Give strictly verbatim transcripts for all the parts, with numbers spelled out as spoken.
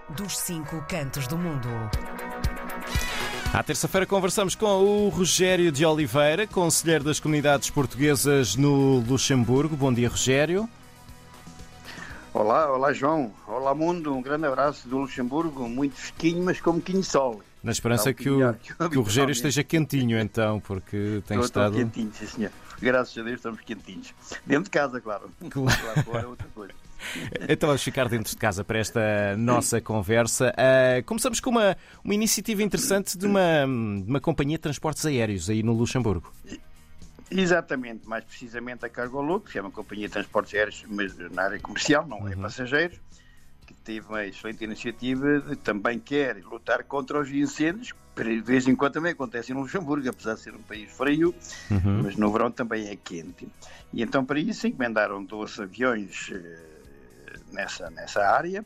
dos cinco cantos do mundo. À terça-feira conversamos com o Rogério de Oliveira, conselheiro das comunidades portuguesas no Luxemburgo. Bom dia, Rogério. Olá, olá João, olá mundo, um grande abraço do Luxemburgo, muito fresquinho, mas com um bocadinho de sol. Na esperança que o, que o Rogério esteja quentinho então, porque tem Estou, estado... Estou quentinho, sim senhor. Graças a Deus estamos quentinhos. Dentro de casa, claro. Claro. Lá fora é outra coisa. Então vamos ficar dentro de casa para esta nossa conversa. Uh, começamos com uma, uma iniciativa interessante de uma, de uma companhia de transportes aéreos aí no Luxemburgo. Exatamente, mais precisamente a Cargolux, que é uma companhia de transportes aéreos, mas na área comercial, não é Uhum. passageiros, que teve uma excelente iniciativa de também quer lutar contra os incêndios, que de vez em quando também acontece no Luxemburgo, apesar de ser um país frio, Uhum. mas no verão também é quente. E então para isso encomendaram doze aviões eh, nessa, nessa área,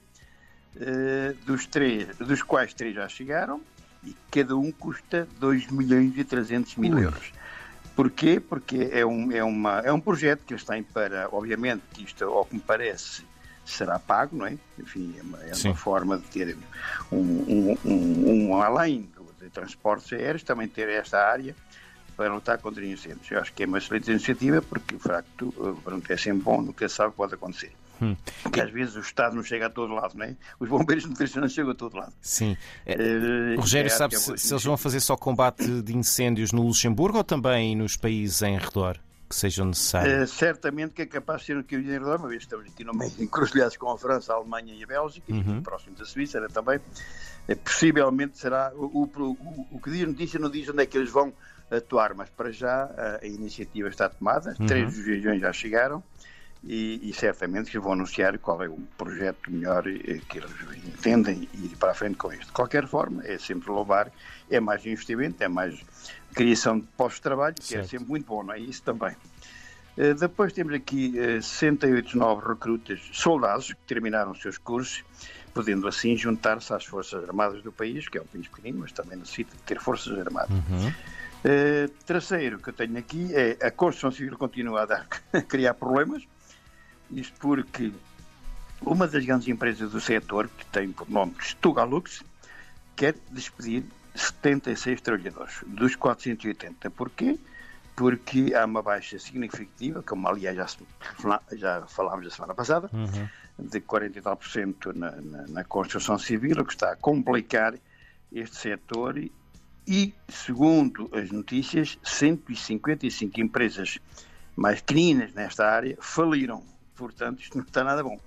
eh, dos, três, dos quais três já chegaram, e cada um custa dois milhões e trezentos mil Ui. euros. Porquê? Porque é um, é, uma, é um projeto que eles têm para, obviamente, que isto, ao que me parece, será pago, não é? Enfim, é uma, é uma forma de ter um, um, um, um além de transportes aéreos, também ter esta área para lutar contra incêndios. Eu acho que é uma excelente iniciativa, porque, de facto, é sempre bom, nunca se sabe o que pode acontecer. Hum. Porque às vezes o Estado não chega a todo lado, não é? Os bombeiros não chegam a todo lado. Sim. Uh, o Rogério é, sabe é se, se eles vão fazer só combate de incêndios no Luxemburgo ou também nos países em redor que sejam necessários? Uh, certamente que é capaz de ser um que eu ia em redor, uma vez que estamos aqui no meio encruzilhados com a França, a Alemanha e a Bélgica, Uhum. e próximo da Suíça era também. Uh, possivelmente será, o, o, o, o que diz a notícia não diz onde é que eles vão atuar, mas para já a, a iniciativa está tomada, Uhum. três dos aviões já chegaram. E, e certamente que vão anunciar qual é o projeto melhor eh, que eles entendem e ir para a frente com isto. De qualquer forma, é sempre louvar, é mais investimento, é mais criação de postos de trabalho, que certo. é sempre muito bom, não é? Isso também. Uh, depois temos aqui uh, sessenta e oito novos recrutas, soldados, que terminaram os seus cursos, podendo assim juntar-se às Forças Armadas do país, que é um país pequenino, mas também necessita de ter Forças Armadas. Uhum. Uh, terceiro que eu tenho aqui é a construção civil continua a, dar, a criar problemas. Isto porque uma das grandes empresas do setor, que tem por nome Stugalux, quer despedir setenta e seis trabalhadores, dos quatrocentos e oitenta. Porquê? Porque há uma baixa significativa, como aliás já, já falámos a semana passada, Uhum. de quarenta e tal por cento na, na, na construção civil, o que está a complicar este setor e, e, segundo as notícias, cento e cinquenta e cinco empresas mais pequeninas nesta área faliram. Portanto, isto não está nada bom.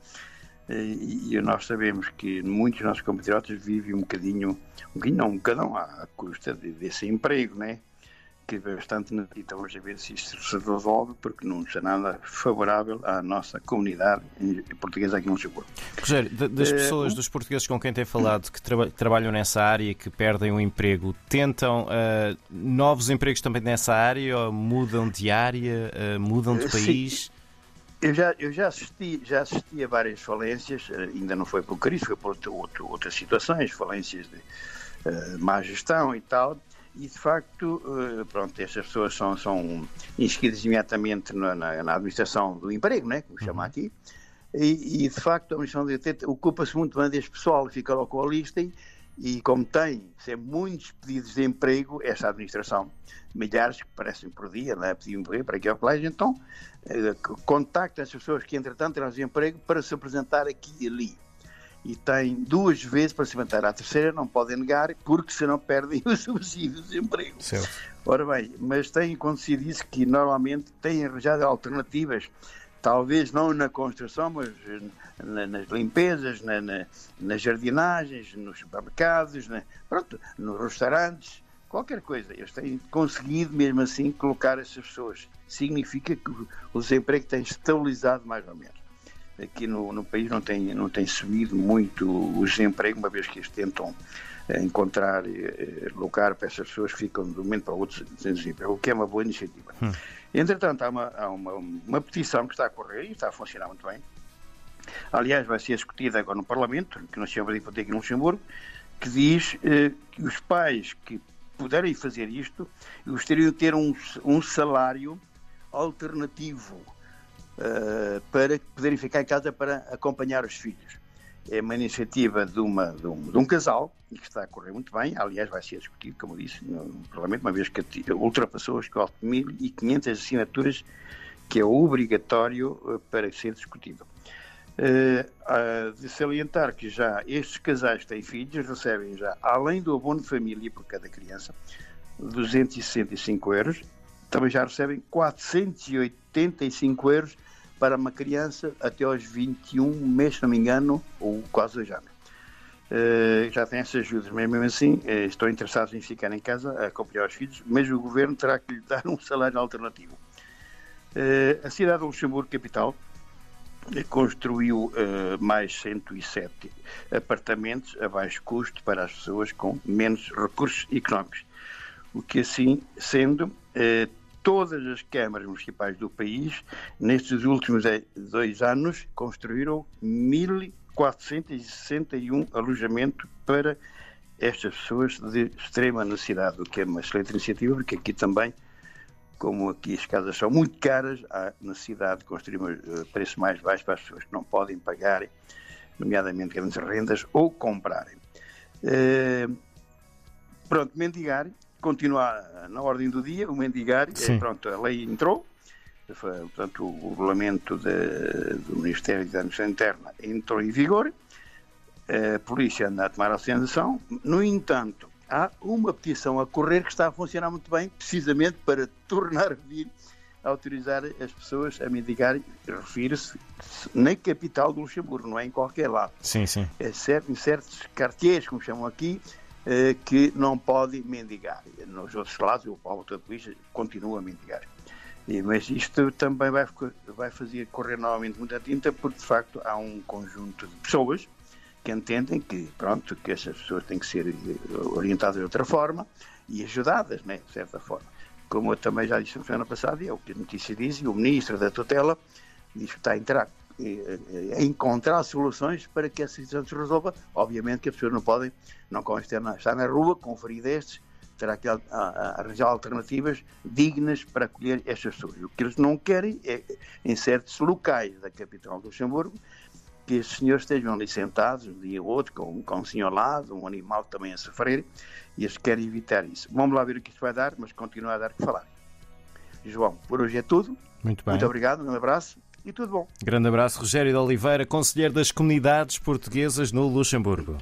E, e nós sabemos que muitos dos nossos compatriotas vivem um bocadinho, um bocadinho não, um bocadão à custa de, desse emprego, né? Que é bastante necessita. Vamos ver se isto se resolve, porque não está nada favorável à nossa comunidade portuguesa aqui no Luxemburgo. Rogério, das pessoas, uh, dos portugueses com quem tem falado, que traba- trabalham nessa área e que perdem o emprego, tentam uh, novos empregos também nessa área, ou mudam de área, uh, mudam de país? Sim. Eu já, eu já, assisti, já assisti a várias falências, ainda não foi por crise, foi por outro, outro, outras situações, falências de uh, má gestão e tal, e de facto, uh, pronto, estas pessoas são, são inscritas imediatamente na, na, na administração do emprego, né, como chama aqui, e, e de facto a administração do emprego ocupa-se muito bem deste pessoal, fica logo com a lista e, e como tem sempre muitos pedidos de emprego, esta administração, milhares que parecem por dia, não é? Pedir emprego para aqui ao colégio, então eh, contacta as pessoas que entretanto têm emprego para se apresentar aqui e ali. E tem duas vezes para se apresentar. À terceira não podem negar, porque senão perdem o subsídio de desemprego. Certo. Ora bem, mas tem acontecido isso, que normalmente têm arranjado alternativas, talvez não na construção, mas na, nas limpezas, na, na, nas jardinagens, nos supermercados, na, pronto, nos restaurantes, qualquer coisa. Eles têm conseguido, mesmo assim, colocar essas pessoas. Significa que o desemprego tem estabilizado mais ou menos. Aqui no, no país não tem, não tem subido muito o desemprego, uma vez que eles tentam encontrar eh, lugar para essas pessoas que ficam de um momento para o outro sem desemprego, o que é uma boa iniciativa. Hum. Entretanto, há, uma, há uma, uma petição que está a correr e está a funcionar muito bem. Aliás, vai ser discutida agora no Parlamento, que nós chamamos de hipoteca em Luxemburgo, que diz eh, que os pais que puderem fazer isto, gostariam de ter um, um salário alternativo uh, para poderem ficar em casa para acompanhar os filhos. é uma iniciativa de, uma, de, um, de um casal e que está a correr muito bem. Aliás, vai ser discutido, como disse, no Parlamento, uma vez que ultrapassou os mil e quinhentas assinaturas, que é obrigatório para ser discutido. Uh, uh, de salientar que já estes casais que têm filhos recebem já, além do abono de família por cada criança, duzentos e sessenta e cinco euros, também já recebem quatrocentos e oitenta e cinco euros para uma criança até aos vinte e um meses, se não me engano, ou quase dois anos. Uh, já têm essas ajudas, mas mesmo assim uh, estão interessados em ficar em casa a acompanhar os filhos, mas o governo terá que lhe dar um salário alternativo. Uh, a cidade de Luxemburgo, capital, construiu uh, mais cento e sete apartamentos a baixo custo para as pessoas com menos recursos económicos. O que assim sendo, uh, todas as câmaras municipais do país, nestes últimos dois anos, construíram mil quatrocentos e sessenta e um alojamentos para estas pessoas de extrema necessidade, o que é uma excelente iniciativa, porque aqui também, como aqui as casas são muito caras, há necessidade de construir um preço mais baixo para as pessoas que não podem pagar, nomeadamente grandes rendas, ou comprarem. Uh, pronto, mendigar, continua na ordem do dia, o mendigar, é, pronto, a lei entrou, foi, portanto, o regulamento de, do Ministério da Administração Interna entrou em vigor, a polícia anda a tomar a ação. No entanto, há uma petição a correr que está a funcionar muito bem, precisamente para tornar a vir a autorizar as pessoas a mendigar, refere-se na capital do Luxemburgo, não é em qualquer lado. Sim, sim. É certo, em certos quartiers, como chamam aqui, eh, que não podem mendigar. Nos outros lados, o Paulo da Polícia continua a mendigar. E, mas isto também vai, vai fazer correr novamente muita tinta, porque de facto há um conjunto de pessoas que entendem que, pronto, que essas pessoas têm que ser orientadas de outra forma e ajudadas, né, de certa forma. Como eu também já disse na semana passada, e é o que a notícia diz, e o Ministro da Tutela diz que está a, entrar, a encontrar soluções para que essa situação se resolva. Obviamente que as pessoas não podem, não podem estar na, estar na rua com feridos destes, terá que a, a, arranjar alternativas dignas para acolher estas pessoas. O que eles não querem é, em certos locais da capital do Luxemburgo, que esses senhores estejam ali sentados um dia ou outro, com, com um senhor lado, um animal também a sofrer, e eles querem evitar isso. Vamos lá ver o que isto vai dar, mas continua a dar que falar. João, por hoje é tudo. Muito bem. Muito obrigado, um abraço e tudo bom. Grande abraço, Rogério de Oliveira, conselheiro das Comunidades Portuguesas no Luxemburgo.